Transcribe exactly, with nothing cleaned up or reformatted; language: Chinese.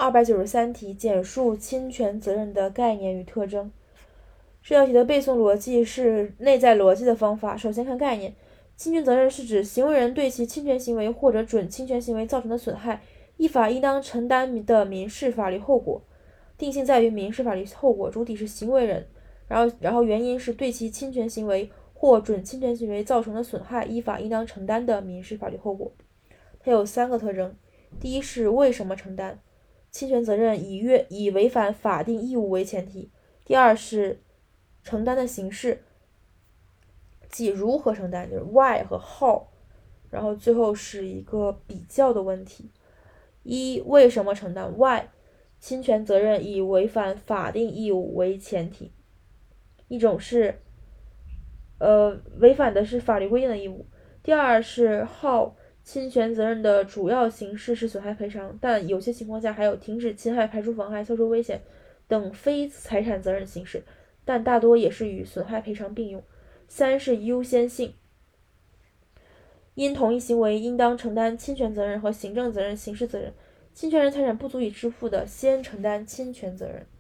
二百九十三题，简述侵权责任的概念与特征。这道题的背诵逻辑是内在逻辑的方法。首先看概念，侵权责任是指行为人对其侵权行为或者准侵权行为造成的损害，依法应当承担的民事法律后果。定性在于民事法律后果，主体是行为人，然后然后原因是对其侵权行为或准侵权行为造成的损害，依法应当承担的民事法律后果。它有三个特征，第一是为什么承担，侵权责任以约以违反法定义务为前提。第二是承担的形式，即如何承担，就是 why 和 how。然后最后是一个比较的问题。一、为什么承担 why， 侵权责任以违反法定义务为前提。一种是呃违反的是法律规定的义务。第二是 how， 侵权责任的主要形式是损害赔偿，但有些情况下还有停止侵害、排除妨害、消除危险等非财产责任形式，但大多也是与损害赔偿并用。三是优先性，因同一行为应当承担侵权责任和行政责任、刑事责任，侵权人财产不足以支付的，先承担侵权责任。